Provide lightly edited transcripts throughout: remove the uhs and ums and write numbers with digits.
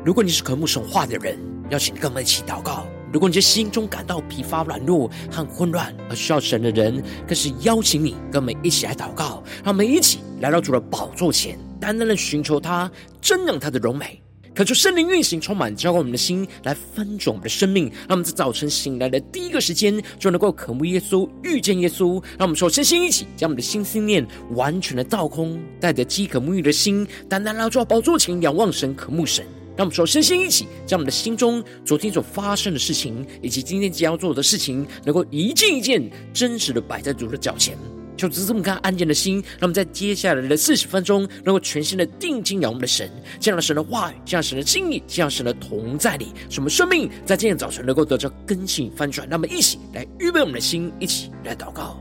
如果你是渴慕神话的人，邀请你跟我们一起祷告。如果你在心中感到疲乏软弱和混乱而需要神的人，更是邀请你跟我们一起来祷告，让我们一起来到主的宝座前，单单的寻求他，瞻仰他的荣美，恳求圣灵运行充满浇灌我们的心，来翻转我们的生命。让我们在早晨醒来的第一个时间就能够渴慕耶稣，遇见耶稣。让我们首先先一起将我们的心思念完全的倒空，带着饥渴沐浴的心，单单来到宝座前仰望神，渴慕神。让我们首先先一起将我们的心中昨天所发生的事情，以及今天即将要做的事情，能够一件一件真实的摆在主的脚前。求主这么看安静的心，让我们在接下来的40分钟，能够全心的定睛仰望我们的神，见到神的话语，见到神的心意，见到神的同在里，使我们生命在今天早晨能够得到更新翻转。让我们一起来预备我们的心，一起来祷告。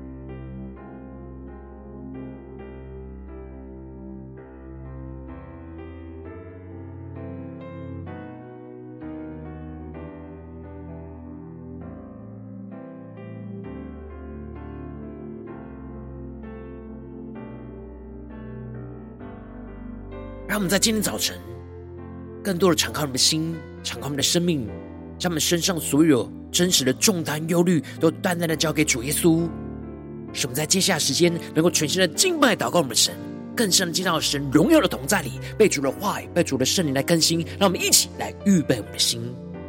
让我们在今天早晨更多的敞开我们的心，敞开我们的生命，将我们身上所有真实的重担忧虑都单单的交给主耶稣，使我们在接下来时间能够全心的敬拜祷告我们的神，更深的进到神荣耀的同在里，被主的话语，被主的圣灵来更新。让我们一起来预备我们的心。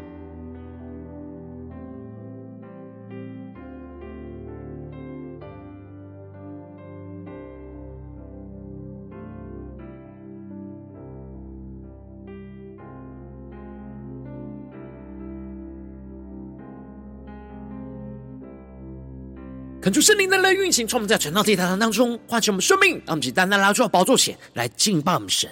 恳求圣灵的来运行，从我们在晨祷祭坛当中唤醒我们生命，让我们单单来到宝座前来敬拜我们神。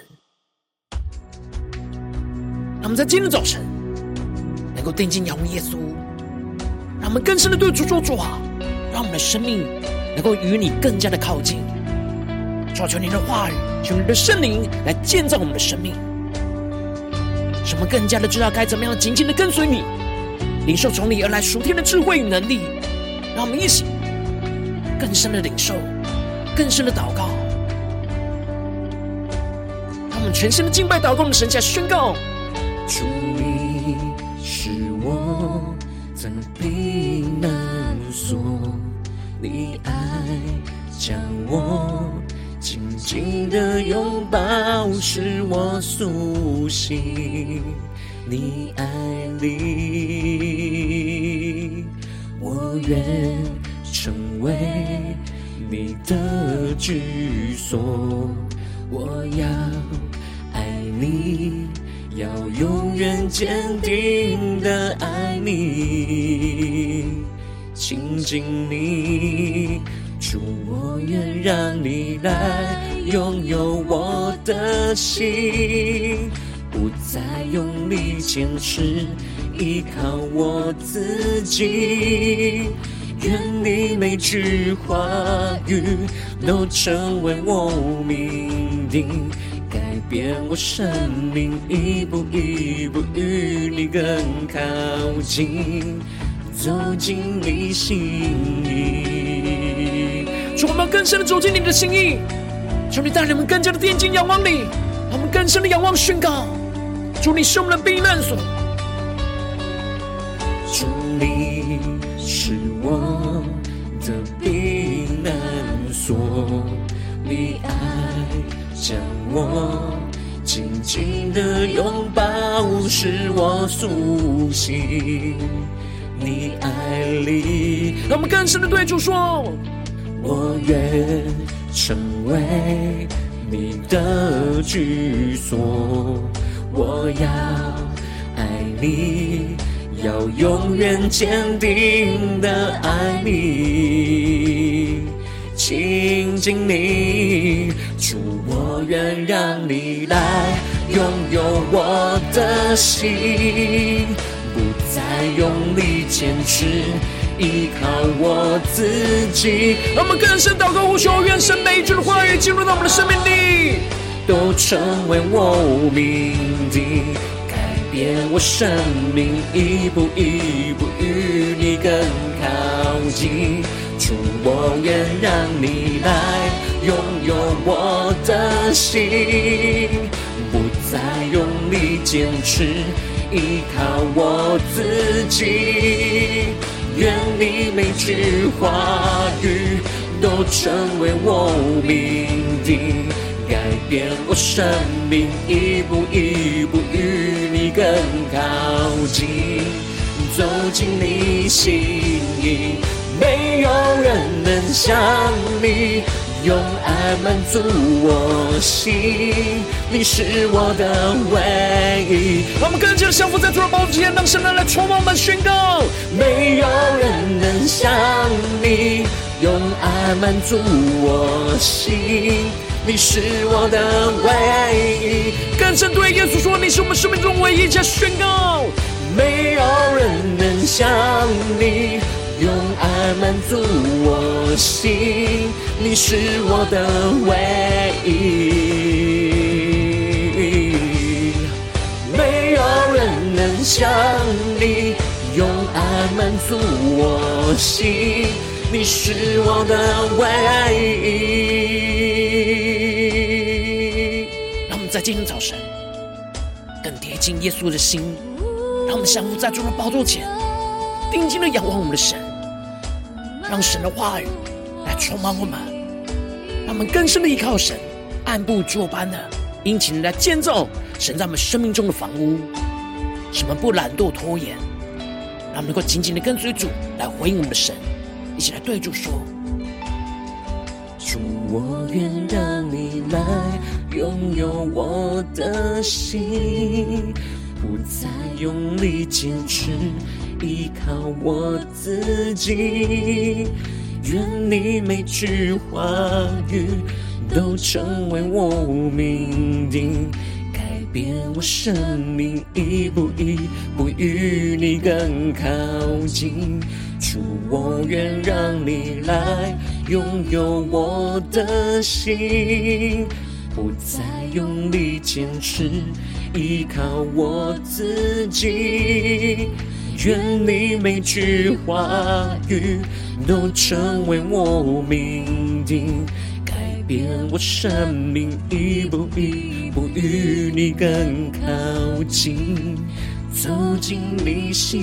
让我们在今天早晨能够定睛仰望耶稣，让我们更深的对主说：主啊，让我们的生命能够与你更加的靠近。求你的话语，求你的圣灵来建造我们的生命，使我们更加的知道该怎么样紧紧的跟随你，领受从你而来属天的智慧与能力。让我们一起更深的领受，更深的祷告，让我们全身的敬拜祷告，我们神下宣告： 主，你是我的避难所，你爱将我紧紧的拥抱，使我苏醒你爱里，我愿成为你的居所，我要爱你，要永远坚定的爱你，亲近你，主，我愿让你来拥有我的心，不再用力坚持依靠我自己，愿你每句话语都成为我命定，改变我生命，一步一步与你更靠近，走进你心意。 主，我们要更深的走进你的心意，求你带领我们更加的定睛仰望你，让我们更深的仰望宣告：主，你是我们的避难所， 主，你是我的避难所，你爱将我紧紧的拥抱，使我苏醒你爱里。 让我们更深的对主说： 我愿成为你的居所，我要爱你，要永远坚定的爱你，亲近你，主，我愿让你来拥有我的心，不再用力坚持依靠我自己。 让我们更深祷告呼求，愿神每一句的话语进入到我们的生命里， 都成为我命定，改变我生命，一步一步与你更靠近。主，我愿让你来拥有我的心，不再用力坚持，依靠我自己。愿你每句话语都成为我命定，改变我生命，一步一步与你更靠近，走进你心意。没有人能像你用爱满足我心，你是我的唯一。 让我们更加的降服在主的宝座前，让神来充满我们，宣告： 没有人能像你用爱满足我心，你是我的唯一。 更深对耶稣说：你是我们生命中唯一。加宣告： 没有人能像你用爱满足我心，你是我的唯一。没有人能像你用爱满足我心，你是我的唯一。 让我们在今天早晨更贴近耶稣的心，让我们降服在主的宝座前，定睛的仰望我们的神，让神的话语来充满我们，让我们更深的依靠神，按部就班的殷勤的来建造神在我们生命中的房屋，使我们不懒惰拖延，让我们能够紧紧的跟随主来回应我们的神。一起来对主说： 主，我愿让你来拥有我的心，不再用力坚持，依靠我自己。愿你每句话语都成为我命定，改变我生命，一步一步与你更靠近。主，我愿让你来拥有我的心，不再用力坚持，依靠我自己。愿你每句话语都成为我命定，改变我生命，一步一步与你更靠近，走进你心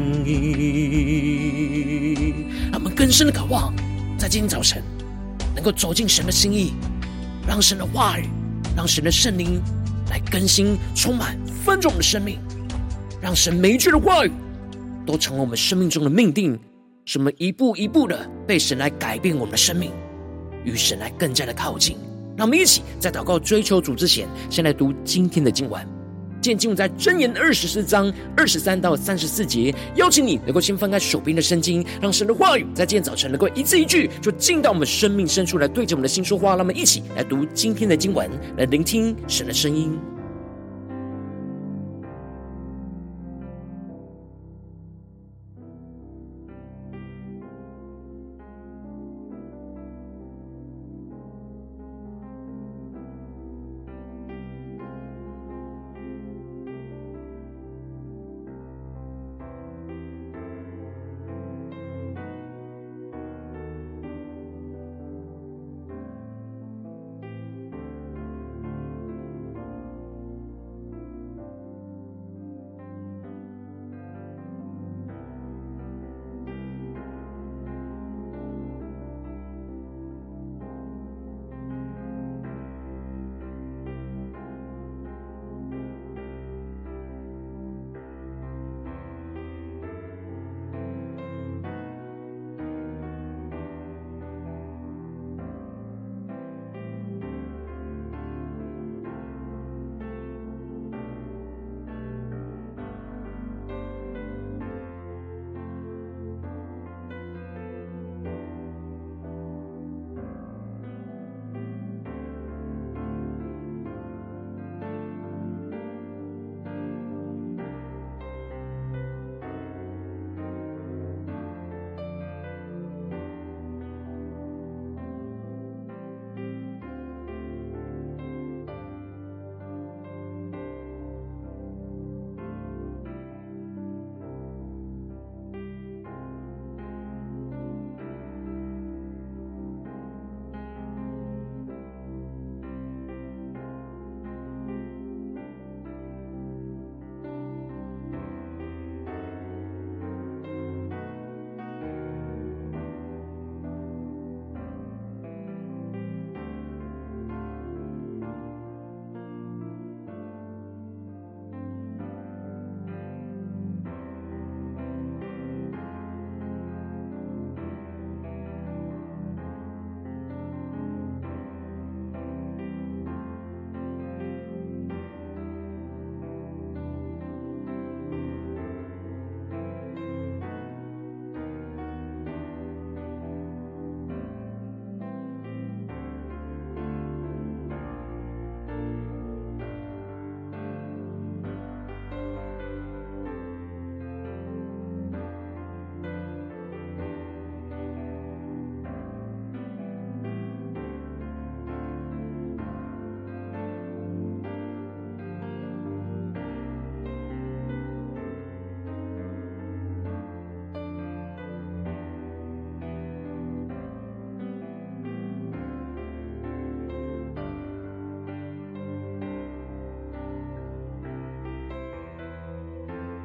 意。 让我们更深的渴望在今天早晨能够走进神的心意，让神的话语，让神的圣灵来更新充满分盛我们的生命，让神每一句的话语都成为我们生命中的命定，使我们一步一步的被神来改变我们的生命，与神来更加的靠近。让我们一起在祷告追求主之前，先来读今天的经文。今天经文在箴言24章23到34节，邀请你能够先翻开手边的圣经，让神的话语在今天早晨能够一字一句就进到我们生命深处，来对着我们的心说话。让我们一起来读今天的经文，来聆听神的声音。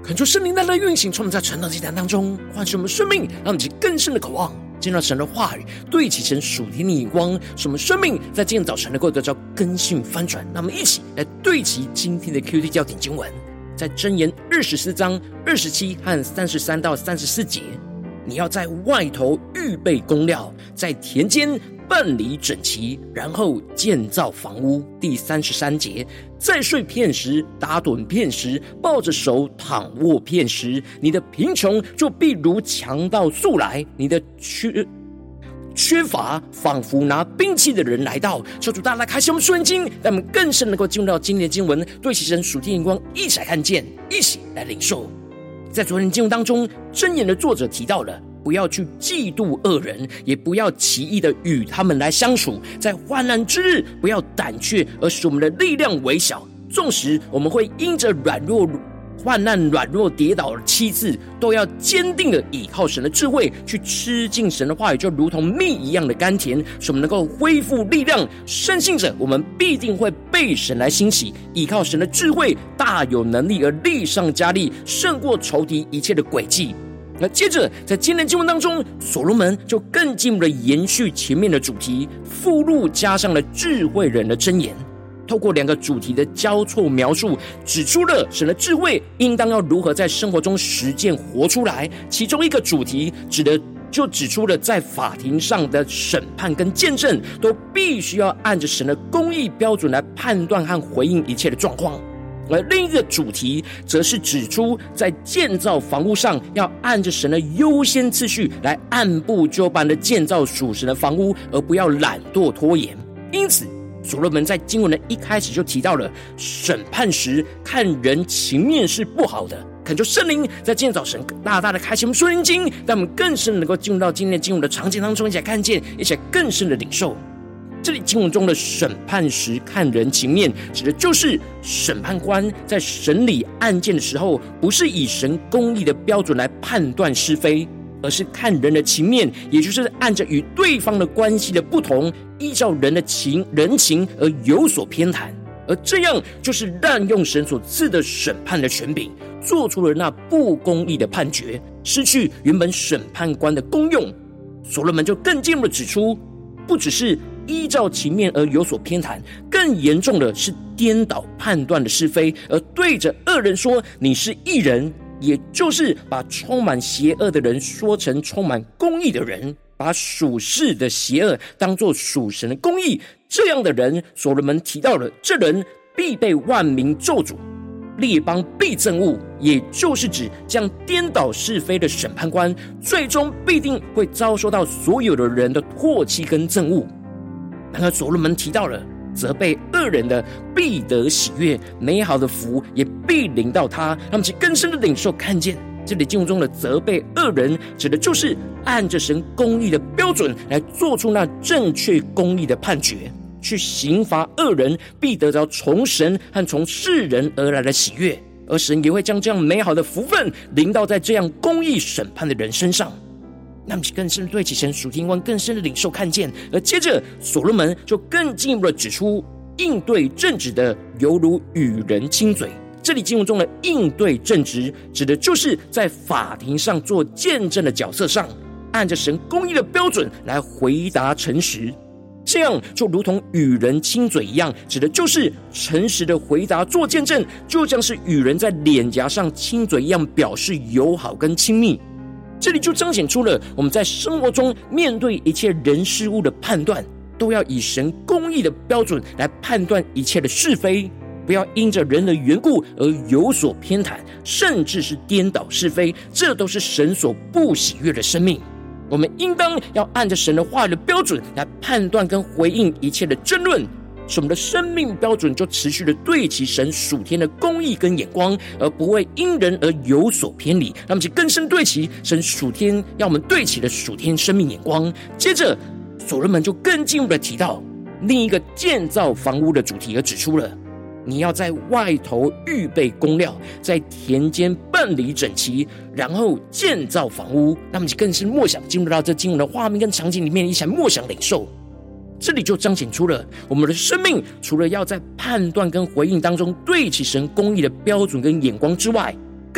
恳求圣灵来运行，充满在传道祭坛当中，唤醒我们生命，让我们更深的渴望见到神的话语，对齐神属天的眼光，使我们生命在今天早晨能够得到更新翻转。那么一起来对齐今天的 QT 焦点经文，在箴言24章27和33到34节。你要在外头预备工料，在田间办理整齐，然后建造房屋。第33节，再睡片时，打盹片时，抱着手躺卧片时，你的贫穷就必如强盗速来，你的缺乏仿佛拿兵器的人来到。求主大大开启我们属经，让我们更深能够进入到今天的经文，对齐神属天眼光，一起来看见，一起来领受。在昨天经文当中，箴言的作者提到了不要去嫉妒恶人，也不要奇异的与他们来相处，在患难之日不要胆怯，而使我们的力量微小。纵使我们会因着患难软弱跌倒了7次，都要坚定的倚靠神的智慧，去吃进神的话语，就如同蜜一样的甘甜，使我们能够恢复力量。深信着我们必定会被神来兴起，倚靠神的智慧，大有能力而力上加力，胜过仇敌一切的诡计。那接着在今天的经文当中，所罗门就更进一步的延续前面的主题，附录加上了智慧人的箴言。透过2个主题的交错描述，指出了神的智慧应当要如何在生活中实践活出来。其中一个主题指出了在法庭上的审判跟见证，都必须要按着神的公义标准来判断和回应一切的状况。而另一个主题则是指出在建造房屋上要按着神的优先次序来按部就班的建造属神的房屋，而不要懒惰拖延。因此所罗门在经文的一开始就提到了审判时看人情面是不好的。恳求圣灵在今天早晨大大的开启我们属灵经，让我们更深能够进入到今天经文的场景当中，一起来看见，一起来更深的领受。这里经文中的审判时看人情面，指的就是审判官在审理案件的时候，不是以神公义的标准来判断是非，而是看人的情面，也就是按着与对方的关系的不同，依照人情而有所偏袒，而这样就是滥用神所赐的审判的权柄，做出了那不公义的判决，失去原本审判官的功用。所罗门就更进一步的指出，不只是依照情面而有所偏袒，更严重的是颠倒判断的是非，而对着恶人说你是义人，也就是把充满邪恶的人说成充满公义的人，把属世的邪恶当作属神的公义。这样的人，所罗门提到了，这人必被万民咒诅，列邦必憎恶，也就是指将颠倒是非的审判官，最终必定会遭受到所有的人的唾弃跟憎恶。然而所罗门提到了责备恶人的必得喜悦，美好的福也必临到他。让我们去更深的领受看见，这里经文中的责备恶人，指的就是按着神公义的标准来做出那正确公义的判决，去刑罚恶人，必得着从神和从世人而来的喜悦，而神也会将这样美好的福分临到在这样公义审判的人身上。那么更深的对其神属天观更深的领受看见。而接着所罗门就更进一步的指出，应对正直的犹如与人亲嘴。这里经文中的应对正直，指的就是在法庭上做见证的角色上，按着神公义的标准来回答诚实，这样就如同与人亲嘴一样，指的就是诚实的回答做见证，就像是与人在脸颊上亲嘴一样，表示友好跟亲密。这里就彰显出了我们在生活中面对一切人事物的判断，都要以神公义的标准来判断一切的是非，不要因着人的缘故而有所偏袒，甚至是颠倒是非，这都是神所不喜悦的生命。我们应当要按着神的话语的标准来判断跟回应一切的争论，使我们的生命标准就持续的对齐神属天的公义跟眼光，而不会因人而有所偏离。让我们更深对齐神属天要我们对齐的属天生命眼光。接着所罗门就更进一步的提到另一个建造房屋的主题，而指出了你要在外头预备工料，在田间办理整齐，然后建造房屋。那么更是默想进入到这经文的画面跟场景里面，一起来默想领受。这里就彰显出了我们的生命除了要在判断跟回应当中对齐神公义的标准跟眼光之外，更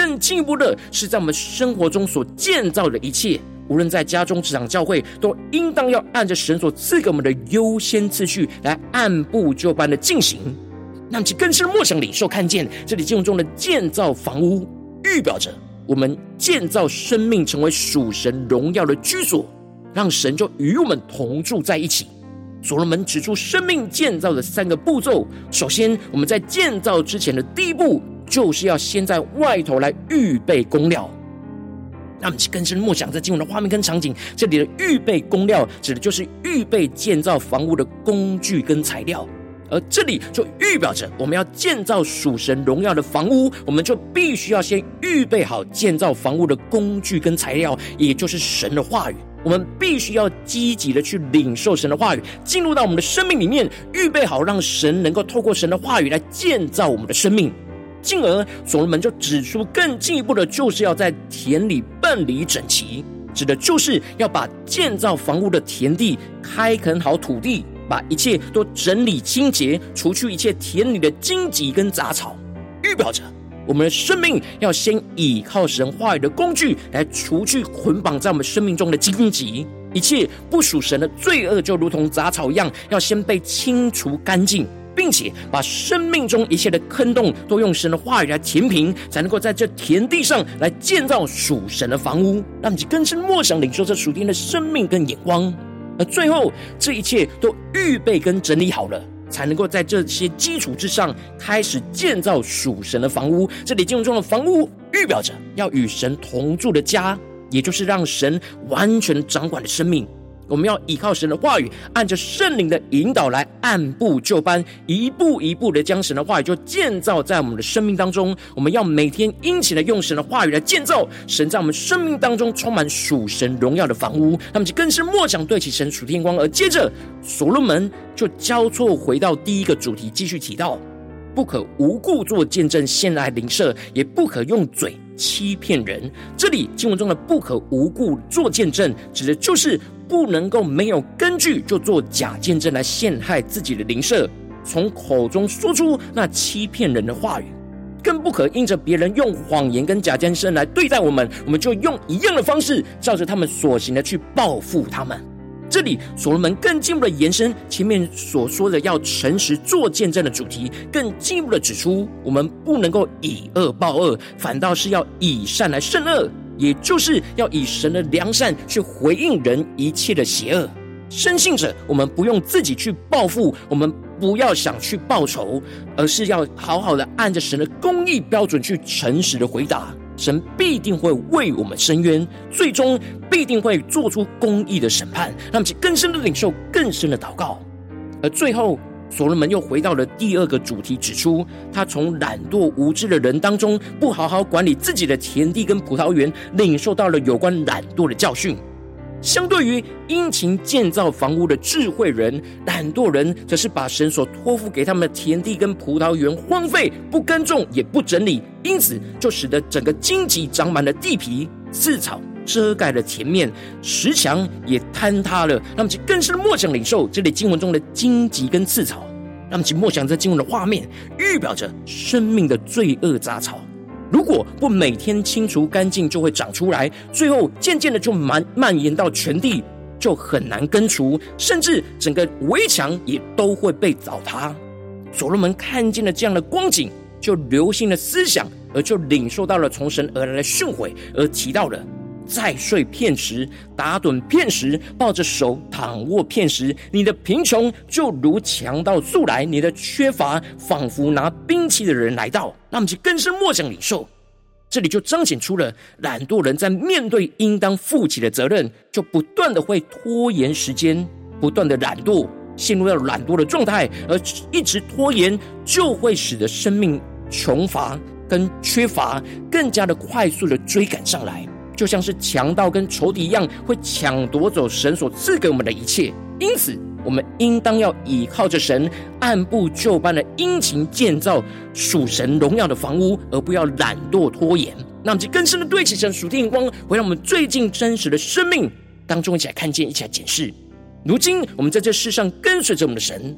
更进一步的是在我们生活中所建造的一切，无论在家中、职场、教会，都应当要按着神所赐给我们的优先次序来按部就班的进行。让其更深默想领受看见，这里经文中的建造房屋，预表着我们建造生命成为属神荣耀的居所，让神就与我们同住在一起。所罗门指出生命建造的3个步骤，首先我们在建造之前的第一步，就是要先在外头来预备工料。让我们更深默想这经文的画面跟场景，这里的预备工料指的就是预备建造房屋的工具跟材料，而这里就预表着我们要建造属神荣耀的房屋，我们就必须要先预备好建造房屋的工具跟材料，也就是神的话语。我们必须要积极的去领受神的话语，进入到我们的生命里面，预备好让神能够透过神的话语来建造我们的生命。进而所罗门就指出更进一步的，就是要在田里奔犁整齐，指的就是要把建造房屋的田地开垦好土地，把一切都整理清洁，除去一切田里的荆棘跟杂草，预表着我们的生命要先倚靠神话语的工具来除去捆绑在我们生命中的荆棘，一切不属神的罪恶就如同杂草一样，要先被清除干净，并且把生命中一切的坑洞都用神的话语来填平，才能够在这田地上来建造属神的房屋，让你更深默想领受这属天的生命跟眼光。而最后这一切都预备跟整理好了，才能够在这些基础之上开始建造属神的房屋。这里经文中的房屋预表着要与神同住的家，也就是让神完全掌管的生命。我们要依靠神的话语，按着圣灵的引导来按部就班，一步一步的将神的话语就建造在我们的生命当中。我们要每天殷勤的用神的话语来建造神在我们生命当中充满属神荣耀的房屋，他们就更是默想对齐神属天光。而接着所罗门就交错回到第一个主题，继续提到不可无故做见证献来邻舍，也不可用嘴欺骗人。这里经文中的不可无故做见证，指的就是不能够没有根据就做假见证来陷害自己的邻舍，从口中说出那欺骗人的话语。更不可因着别人用谎言跟假见证来对待我们，我们就用一样的方式照着他们所行的去报复他们。这里所罗门更进一步的延伸前面所说的要诚实做见证的主题，更进一步的指出我们不能够以恶报恶，反倒是要以善来胜恶，也就是要以神的良善去回应人一切的邪恶。深信着我们不用自己去报复，我们不要想去报仇，而是要好好的按着神的公义标准去诚实的回答，神必定会为我们伸冤，最终必定会做出公义的审判，让我们更深的领受，更深的祷告。而最后所罗门又回到了第二个主题，指出他从懒惰无知的人当中不好好管理自己的田地跟葡萄园，领受到了有关懒惰的教训。相对于殷勤建造房屋的智慧人，懒惰人则是把神所托付给他们的田地跟葡萄园荒废，不耕种也不整理，因此就使得整个荆棘长满了地皮，刺草遮盖了田面，石墙也坍塌了。让我们更深的默想领受这里经文中的荆棘跟刺草，让我们默想这经文的画面，预表着生命的罪恶杂草，如果不每天清除干净，就会长出来，最后渐渐的就蔓延到全地，就很难根除，甚至整个围墙也都会被糟蹋。所罗门看见了这样的光景，就留心了思想，而就领受到了从神而来的训诲，而提到了再睡片时，打盹片时，抱着手躺卧片时，你的贫穷就如强盗速来，你的缺乏仿佛拿兵器的人来到。那我们就更深默想领受，这里就彰显出了懒惰人在面对应当负起的责任，就不断的会拖延时间，不断的懒惰，陷入到懒惰的状态，而一直拖延，就会使得生命穷乏跟缺乏更加的快速的追赶上来，就像是强盗跟仇敌一样，会抢夺走神所赐给我们的一切。因此我们应当要倚靠着神，按部就班的殷勤建造属神荣耀的房屋，而不要懒惰拖延。那我们就更深的对齐神属天的光，会让我们最近真实的生命当中一起来看见，一起来检视。如今我们在这世上跟随着我们的神，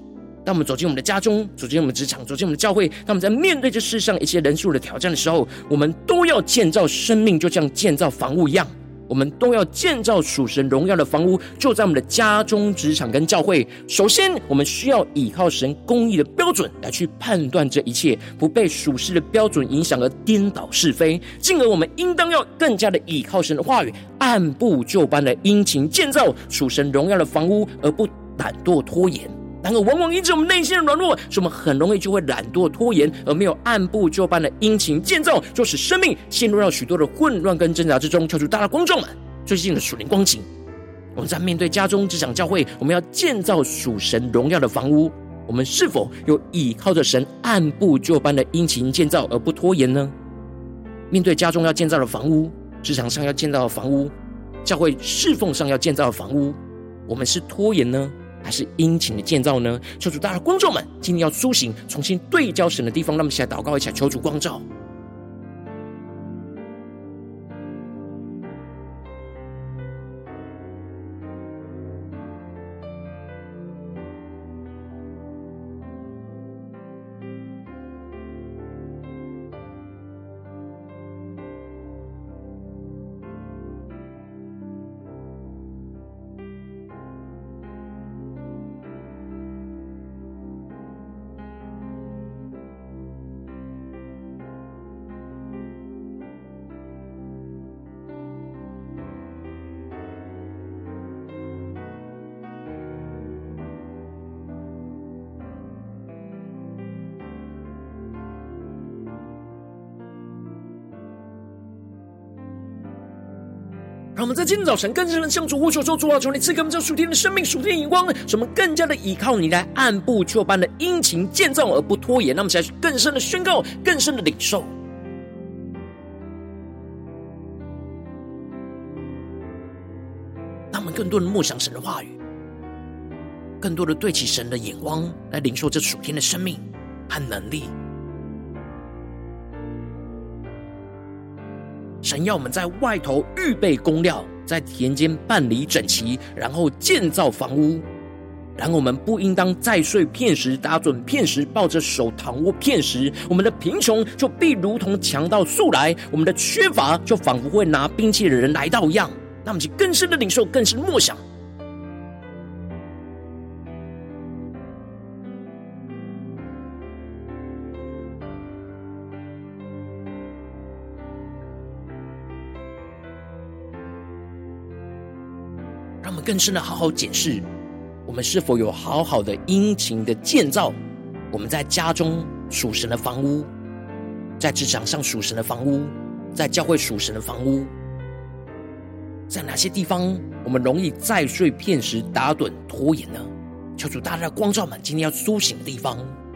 当我们走进我们的家中，走进我们的职场，走进我们的教会，当我们在面对这世上一切人数的挑战的时候，我们都要建造生命，就像建造房屋一样，我们都要建造属神荣耀的房屋，就在我们的家中、职场跟教会。首先，我们需要依靠神公义的标准来去判断这一切，不被属世的标准影响而颠倒是非。进而，我们应当要更加的依靠神的话语，按部就班的殷勤建造属神荣耀的房屋，而不懒惰拖延。然而往往因着我们内心的软弱，使我们很容易就会懒惰拖延，而没有按部就班的殷勤建造，就使生命陷入到许多的混乱跟挣扎之中。求主大家光照们最近的属灵光景，我们在面对家中、职场、教会，我们要建造属神荣耀的房屋，我们是否有倚靠着神按部就班的殷勤建造而不拖延呢？面对家中要建造的房屋，职场上要建造的房屋，教会侍奉上要建造的房屋，我们是拖延呢，还是殷勤的建造呢？求主大家光照们今天要苏醒重新对焦神的地方，让我们一起来祷告，一起来求主光照。让我们在今天早晨更深的向主呼求说：主啊，求你赐给我们这属天的生命、属天的眼光，使我们更加的依靠你来按部就班的殷勤建造，而不拖延。让我们来更深的宣告，更深的领受。让我们更多的默想神的话语，更多的对齐神的眼光，来领受这属天的生命和能力。神要我们在外头预备工料，在田间办理整齐，然后建造房屋。然后我们不应当再睡片时，打盹片时，抱着手躺卧片时。我们的贫穷就必如同强盗速来，我们的缺乏就仿佛会拿兵器的人来到一样。那我们就更深的领受，更深的默想。让我们更深的好好检视，我们是否有好好的殷勤的建造我们在家中属神的房屋，在职场上属神的房屋，在教会属神的房屋。在哪些地方我们容易再睡片时，打盹拖延呢？求主大家的光照们今天要苏醒的地方。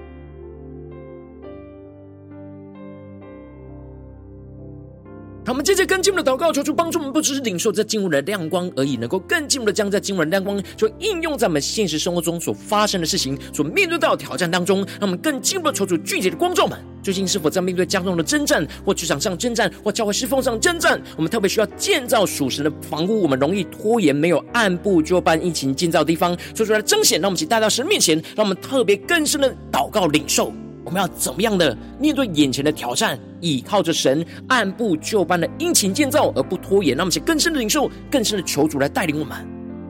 好，我们接着跟进我们的祷告，求主帮助我们，不只是领受这经文的亮光而已，能够更进一步的将这经文的亮光就应用在我们现实生活中所发生的事情，所面对到的挑战当中。让我们更进一步的求主具体的光照们，最近是否在面对家中的征战，或职场上征战，或教会侍奉上征战，我们特别需要建造属神的房屋，我们容易拖延，没有按部就班殷勤建造的地方，说出来彰显，让我们一起带到神面前，让我们特别更深的祷告领受。我们要怎么样的面对眼前的挑战，倚靠着神按部就班的殷勤建造而不拖延。让我们一起更深的领受，更深的求主来带领我们。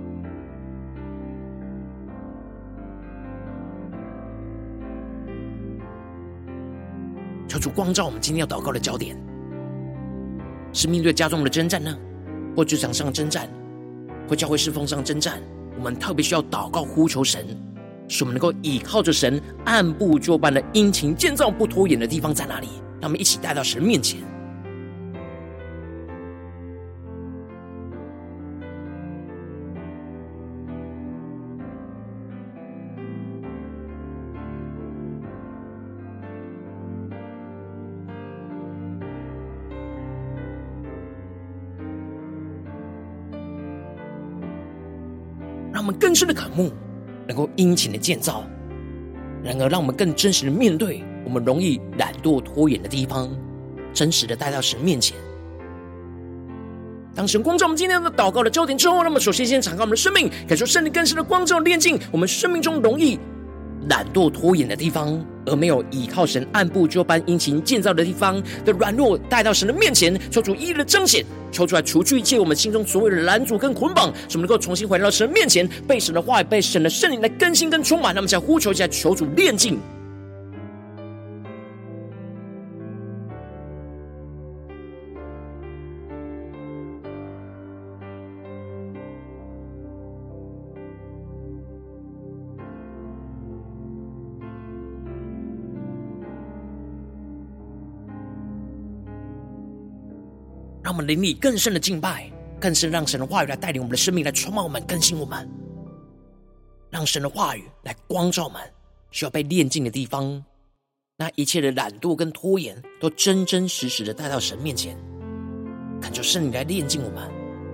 求主光照我们今天要祷告的焦点，是面对家中的征战呢，或职场上征战，或教会侍奉上征战，我们特别需要祷告呼求神，使我们能够倚靠着神按部就班的殷勤建造不拖延的地方在哪里？让我们一起带到神面前。让我们更深的渴慕能够殷勤的建造，然而让我们更真实的面对我们容易懒惰拖延的地方，真实的带到神面前。当神光照我们今天的祷告的焦点之后，那么首先先敞开我们的生命，感受圣灵更深的光照炼净我们生命中容易懒惰拖延的地方，而没有倚靠神按部就班殷勤建造的地方的软弱，带到神的面前，求主一一的彰显，求出来除去一切我们心中所有的拦阻跟捆绑，使我们能够重新回到神面前，被神的话语、被神的圣灵来更新跟充满。那么，想呼求一下，求主炼净。让我们灵里更深的敬拜，更深让神的话语来带领我们的生命，来充满我们，更新我们，让神的话语来光照我们需要被炼净的地方。那一切的懒惰跟拖延都真真实实的带到神面前，恳求圣灵来炼净我们。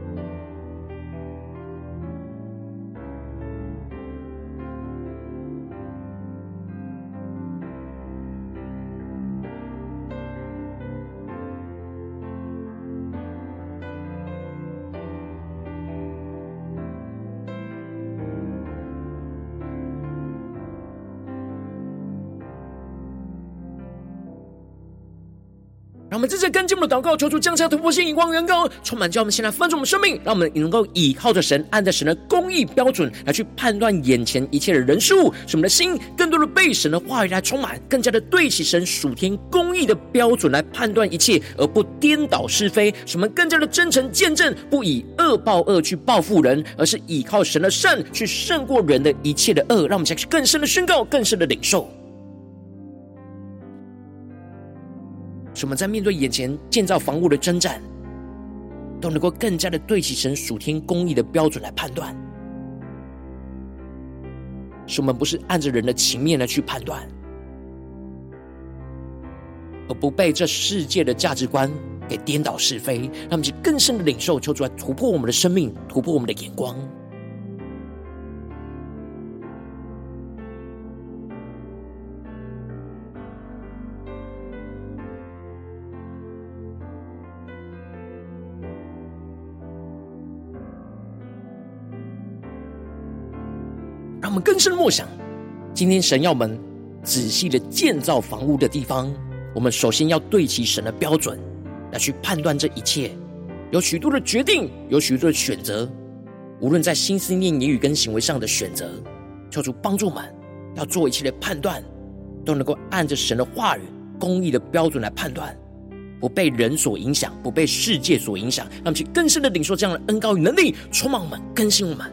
让我们这次跟进我们的祷告，求主降下突破性眼光远高，充满叫我们现在翻转我们生命，让我们也能够倚靠着神，按着神的公义标准来去判断眼前一切的人事物，使我们的心更多的被神的话语来充满，更加的对齐神属天公义的标准来判断一切，而不颠倒是非，使我们更加的真诚见证，不以恶报恶去报复人，而是倚靠神的善去胜过人的一切的恶。让我们想去更深的宣告，更深的领受，使我们在面对眼前建造房屋的征战，都能够更加的对齐神属天公义的标准来判断，使我们不是按着人的情面来去判断，而不被这世界的价值观给颠倒是非。让我们去更深的领受，求主来突破我们的生命，突破我们的眼光。让我们更深默想，今天神要我们仔细的建造房屋的地方，我们首先要对齐神的标准来去判断这一切。有许多的决定，有许多的选择，无论在心思念言语跟行为上的选择，求主帮助我们要做一切的判断，都能够按着神的话语公义的标准来判断，不被人所影响，不被世界所影响。让我们去更深的领受这样的恩膏与能力，充满我们，更新我们。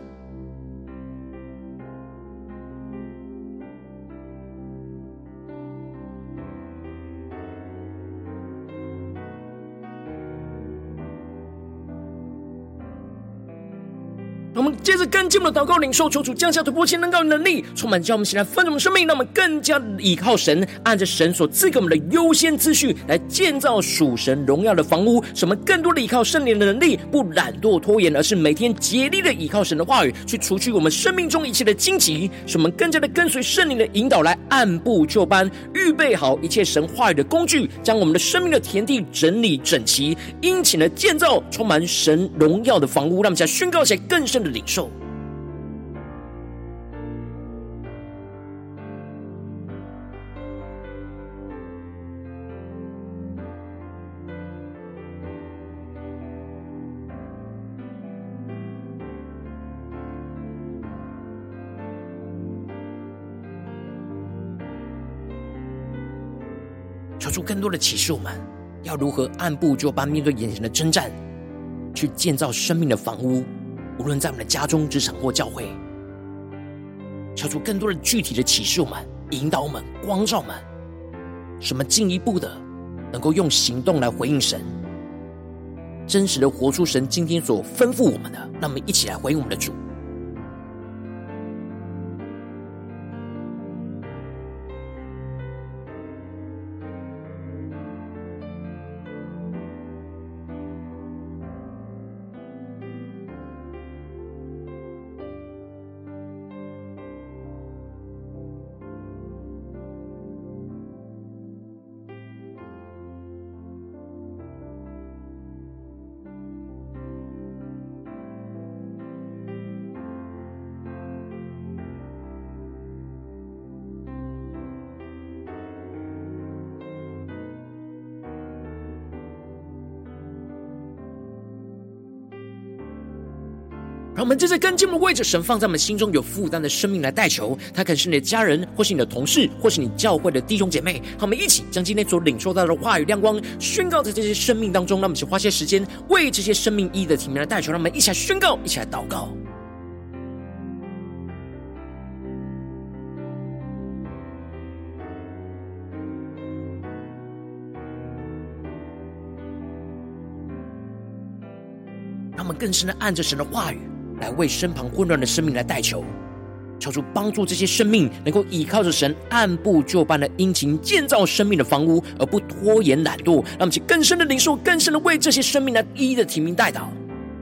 我们接着跟进我们的祷告领受，求主降下突破性能高能力，充满叫我们起来分盛我们生命，让我们更加倚靠神，按着神所赐给我们的优先次序来建造属神荣耀的房屋，使我们更多的倚靠圣灵的能力，不懒惰拖延，而是每天竭力的倚靠神的话语，去除去我们生命中一切的荆棘，使我们更加的跟随圣灵的引导，来按部就班预备好一切神话语的工具，将我们的生命的田地整理整齐，殷勤的建造充满神荣耀的房屋。让我们再宣告起来更深的领受。求出更多的启示，我们要如何按部就班面对眼前的征战，去建造生命的房屋，无论在我们的家中、职场或教会。求出更多的具体的启示，我们引导我们、光照我们，使我们进一步的能够用行动来回应神，真实的活出神今天所吩咐我们的。让我们一起来回应我们的主。 让我们接着更进一步为着神放在我们心中有负担的生命来代求，他可能是你的家人，或是你的同事，或是你教会的弟兄姐妹。让我们一起将今天所领受到的话语亮光宣告在这些生命当中。让我们一起花些时间为这些生命一的提名来代求，让我们一起来宣告，一起来祷告。让我们更深的按着神的话语来为身旁混乱的生命来代求，求主帮助这些生命能够依靠着神按部就班的殷勤建造生命的房屋，而不拖延懒惰。让我们去更深的领受，更深的为这些生命来一一的提名代祷。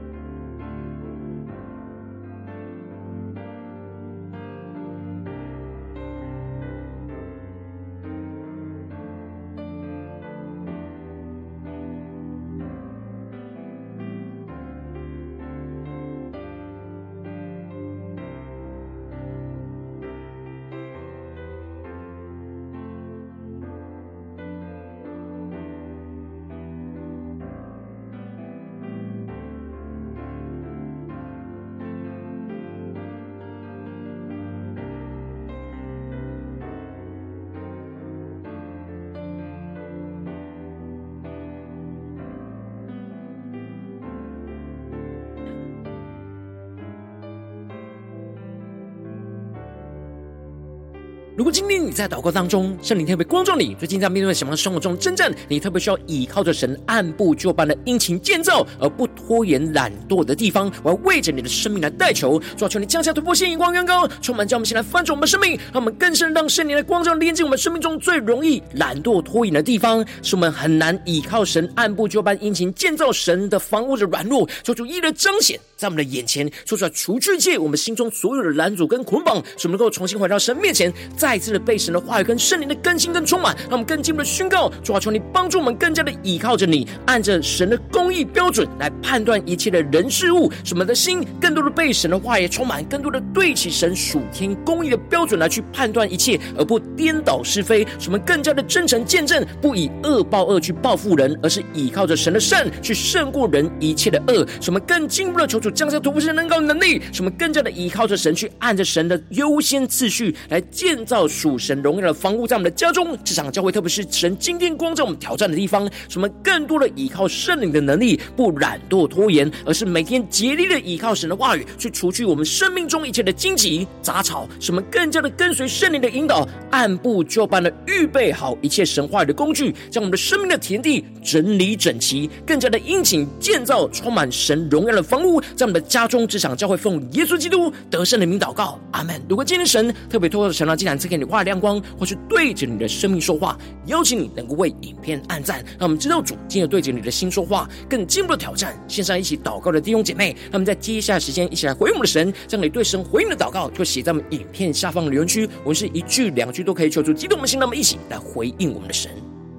如果今天你在祷告当中，圣灵特别光照你，最近在面对什么生活中征战，你特别需要依靠着神按部就班的殷勤建造，而不拖延懒惰的地方，我要为着你的生命来代求。主啊，求你降下突破性眼光，远高充满，将我们先来翻转我们的生命，让我们更深让圣灵的光照连接我们生命中最容易懒惰拖延的地方，使我们很难依靠神按部就班殷勤建造神的房屋的软弱，求主一一的彰显在我们的眼前，说出来除去一切我们心中所有的拦阻跟捆绑，使我们能够重新回到神面前，再一次的被神的话语跟圣灵的更新跟充满，让我们更进一步的宣告。主啊，求你帮助我们更加的依靠着你，按着神的公义标准来判断一切的人事物，使我们的心更多的被神的话语充满，更多的对齐神属天公义的标准来去判断一切，而不颠倒是非，使我们更加的真诚见证，不以恶报恶去报复人，而是依靠着神的善去胜过人一切的恶，使我们更进一步的求主降下突破性能高能力，使我们更加的依靠着神去按着神的优先次序来建造属神荣耀的房屋，在我们的家中、职场、教会，特别是神今天光照我们挑战的地方，使我们更多的依靠圣灵的能力，不懒惰拖延，而是每天竭力的依靠神的话语，去除去我们生命中一切的荆棘杂草，使我们更加的跟随圣灵的引导，按部就班的预备好一切神话语的工具，将我们的生命的田地整理整齐，更加的殷勤建造充满神荣耀的房屋，在我们的家中、职场、教会，奉耶稣基督得胜的名祷告，阿们。如果今天神特别透过神的祭坛赐给你话亮光，或是对着你的生命说话，邀请你能够为影片按赞，让我们知道主今日对着你的心说话，更进一步的挑战线上一起祷告的弟兄姐妹，让我们在接下来时间一起来回应我们的神，将你对神回应的祷告就写在我们影片下方的留言区，我们是一句两句都可以求助激动我们的心，让我们一起来回应我们的神。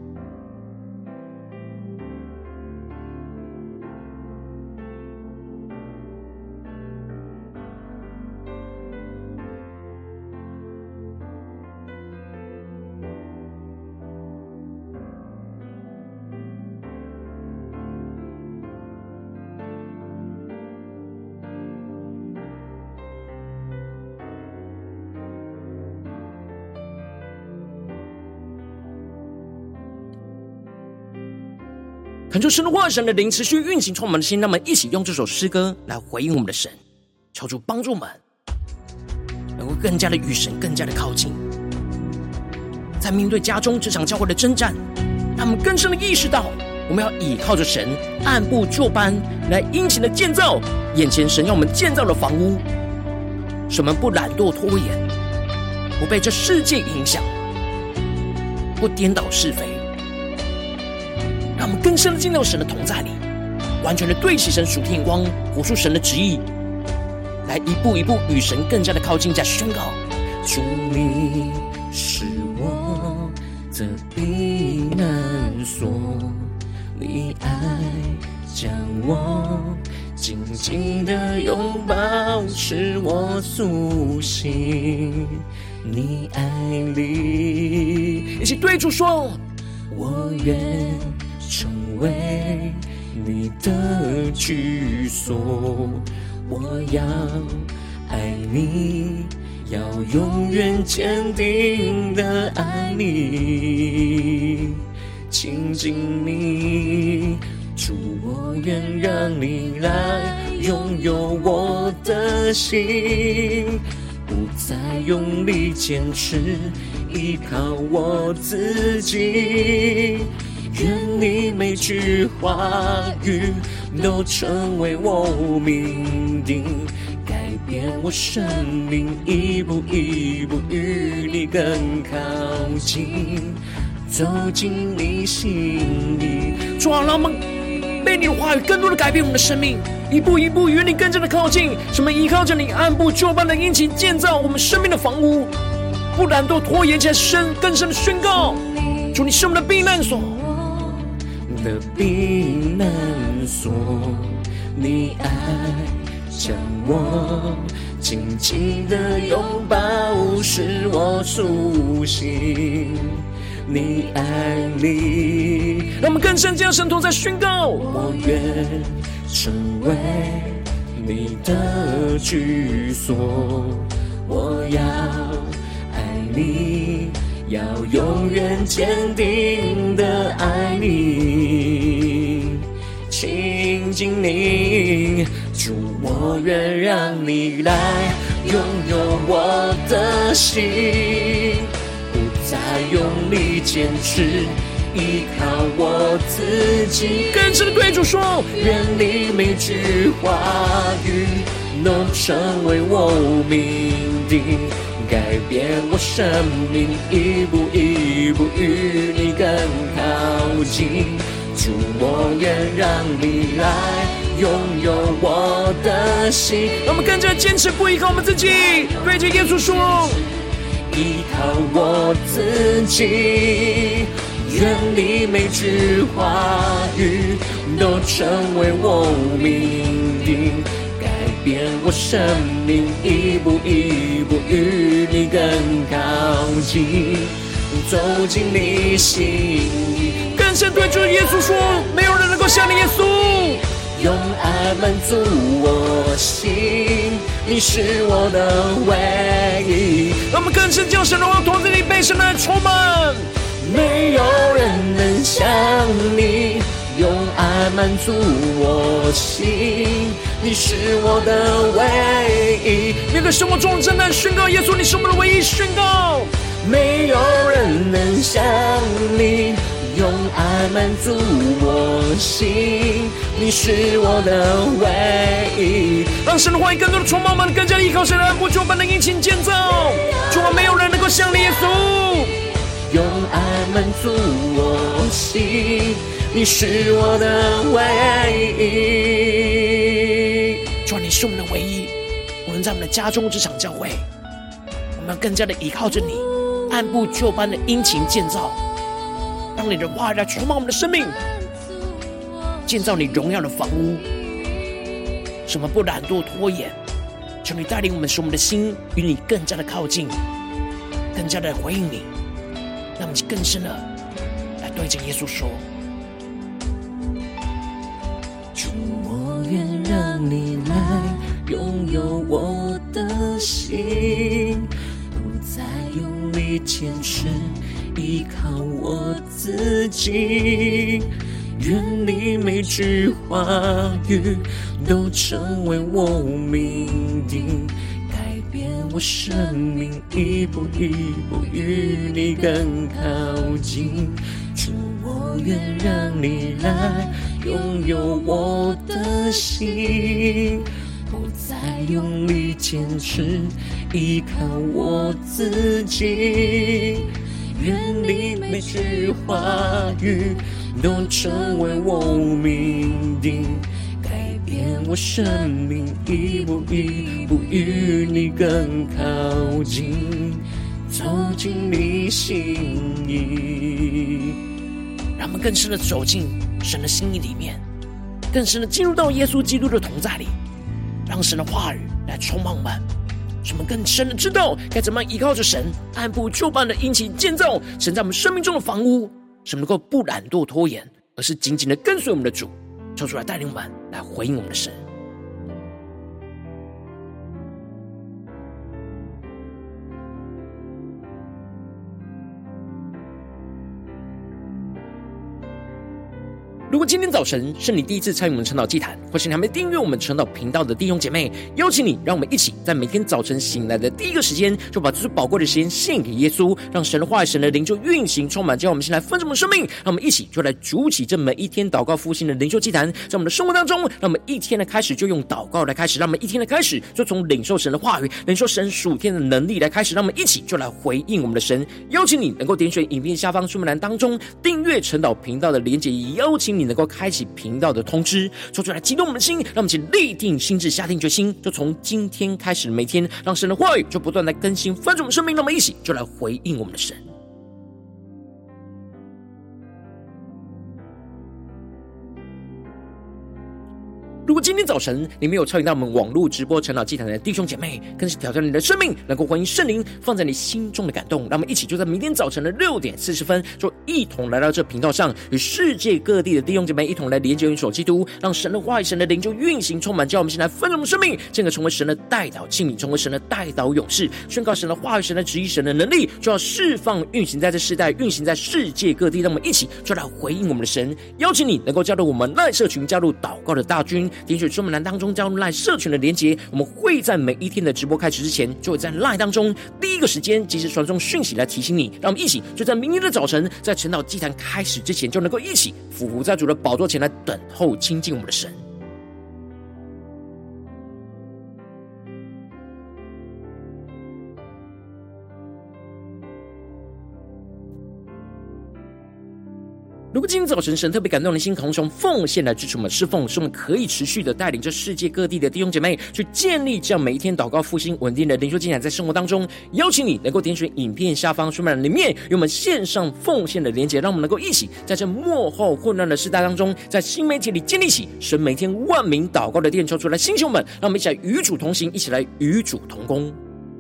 恳求神的话语、神的灵持续运行充满的心，让我们一起用这首诗歌来回应我们的神，求主帮助我们能够更加的与神更加的靠近，在面对家中、职场、教会的征战，让我们更深的意识到我们要依靠着神按部就班来殷勤的建造眼前神要我们建造的房屋，使我们不懒惰拖延，不被这世界影响，不颠倒是非，让我们更深的进到神的同在里，完全的对齐神属天眼光，活出神的旨意，来一步一步与神更加的靠近，加宣告： 主你是我的避难所，你爱将我紧紧的拥抱，使我苏醒你爱里。 一起对主说： 我愿成为你的居所， 我要爱你，要永远坚定的爱你，亲近你，主，我愿让你来拥有我的心，不再用力坚持依靠我自己，愿你每句话语都成为我命定，改变我生命，一步一步与你更靠近，走进你心里。 主啊，让我们被你的话语更多的改变我们的生命，一步一步与你更加的靠近。什么依靠着你按部就班的殷勤建造我们生命的房屋，不懒惰拖延，起来更深的宣告：主，你是我们的避难所， 的避难所，你爱将我紧紧的拥抱，使我苏醒你爱里。 让我们更深将神同在宣告： 我愿成为你的居所，我要爱你，要永远坚定的爱你，亲近你，主，我愿让你来拥有我的心，不再用力坚持依靠我自己， 更深的对主说： 愿你每句话语都成为我命定，改变我生命，一步一步与你更靠近，主，我愿让你来拥有我的心。 让我们更加坚持，不依靠我们自己，对着耶稣说： 依靠我自己，愿你每句话语都成为我命定，改变我生命，一步一步与你更靠近，走进你心里。 更深对着耶稣说：没有人能够像你耶稣， 用爱满足我心，你是我的唯一。 让我们更深将神的话同在你被神来充满。 没有人能像你，用爱满足我心，你是我的唯一。 面对生活中的真难宣告，耶稣，你是我们的唯一宣告。 没有人能像你，用爱满足我心，你是我的唯一。 让神的话语更多的充满我们，更加依靠神的按部就班的殷勤建造。主啊，没有人能够像你耶稣， 用爱满足我心，你是我的唯一。 主啊，你是我们的唯一。无论在我们的家中、职场、教会，我们要更加的依靠着你，按部就班的殷勤建造，让你的话语来充满我们的生命，建造你荣耀的房屋。什么不懒惰拖延，求你带领我们，使我们的心与你更加的靠近，更加的回应你。让我们更深的来对着耶稣说： 主，我愿让你来拥有我的心，不再用力坚持依靠我自己，愿你每句话语都成为我命定，改变我生命，一步一步与你更靠近，主，我愿让你来拥有我的心，不再用力坚持依靠我自己，愿你每句话语都成为我命定，改变我生命，一步一步与你更靠近，走进你心意。 让我们更深的走进神的心意里面，更深的进入到耶稣基督的同在里，让神的话语来充满我们，使我们更深的知道该怎么样依靠着神，按部就班的殷勤建造神在我们生命中的房屋，使我们能够不懒惰拖延，而是紧紧的跟随我们的主，求主来带领我们，来回应我们的神。 如果今天早晨是你第一次参与我们晨祷祭坛，或是你还没订阅我们晨祷频道的弟兄姐妹，邀请你让我们一起在每天早晨醒来的第一个时间，就把最宝贵的时间献给耶稣，让神的话语、神的灵就运行充满，叫我们先来分盛我们生命，让我们一起就来筑起这每一天祷告复兴的灵修祭坛，在我们的生活当中，让我们一天的开始就用祷告来开始，让我们一天的开始就从领受神的话语、领受神属天的能力来开始，让我们一起就来回应我们的神。邀请你能够点选影片下方说明栏当中订阅晨祷频道的连结，也邀请你能够开启频道的通知，说出来激动我们的心，让我们一起立定心志，下定决心，就从今天开始，每天让神的话语就不断来更新翻转我们生命，让我们一起就来回应我们的神。如果今天早晨你没有参与到我们网络直播晨祷祭坛的弟兄姐妹，更是挑战你的生命，能够回应圣灵放在你心中的感动。让我们一起就在明天早晨的6点40分，就一同来到这频道上，与世界各地的弟兄姐妹一同来连接、元首基督，让神的话语、神的灵就运行充满，叫我们先来分盛我们生命，进而成为神的代祷器皿，成为神的代祷勇士，宣告神的话语、神的旨意、神的能力，就要释放运行在这世代，运行在世界各地。让我们一起就来回应我们的神。邀请你能够加入我们LINE社群，加入祷告的大军，点选说明栏当中加入LINE社群的连结，我们会在每一天的直播开始之前，就会在LINE当中第一个时间及时传送讯息来提醒你。让我们一起就在明天的早晨，在晨祷祭坛开始之前，就能够一起俯伏在主的宝座前来等候亲近我们的神。如果今天早晨神特别感动的心，同时用奉献来支持我们侍奉，使我们可以持续的带领着世界各地的弟兄姐妹去建立这样每一天祷告复兴稳定的灵修进展，在生活当中，邀请你能够点选影片下方说明栏里面有我们线上奉献的连结，让我们能够一起在这末后混乱的时代当中，在新媒体里建立起神每天万名祷告的殿，抽出来星球们，让我们一起来与主同行，一起来与主同工。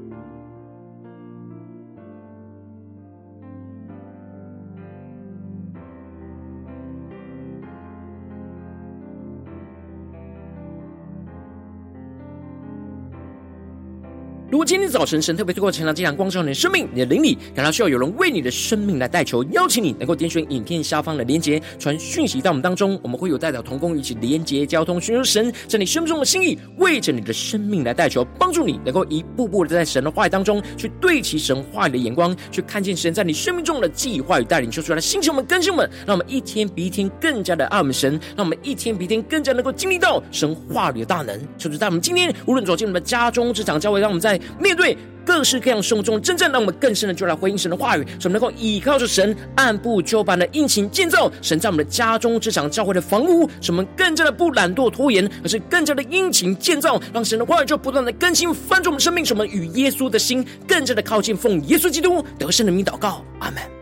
如果今天早晨神特别透过晨祷祭坛光照你的生命，你的灵里感到需要有人为你的生命来代求，邀请你能够点选影片下方的连结，传讯息到我们当中，我们会有代表同工一起连结交通，寻求神在你生命中的心意，为着你的生命来代求，帮助你能够一步步的在神的话语当中去对齐神话语的眼光，去看见神在你生命中的计划与带领，说出来的星球们、更新们，让我们一天比一天更加的爱我们神，让我们一天比一天更加能够经历到神话语的大能。就是在我们今天无论走进我们的家中、职场、教会，让我们在面对各式各样生活中的征战，让我们更深的就来回应神的话语，使我们能够依靠着神按部就班的殷勤建造神在我们的家中、职场、教会的房屋，使我们更加的不懒惰拖延，而是更加的殷勤建造，让神的话语就不断的更新翻转我们生命，使我们与耶稣的心更加的靠近，奉耶稣基督得胜的名祷告，阿们。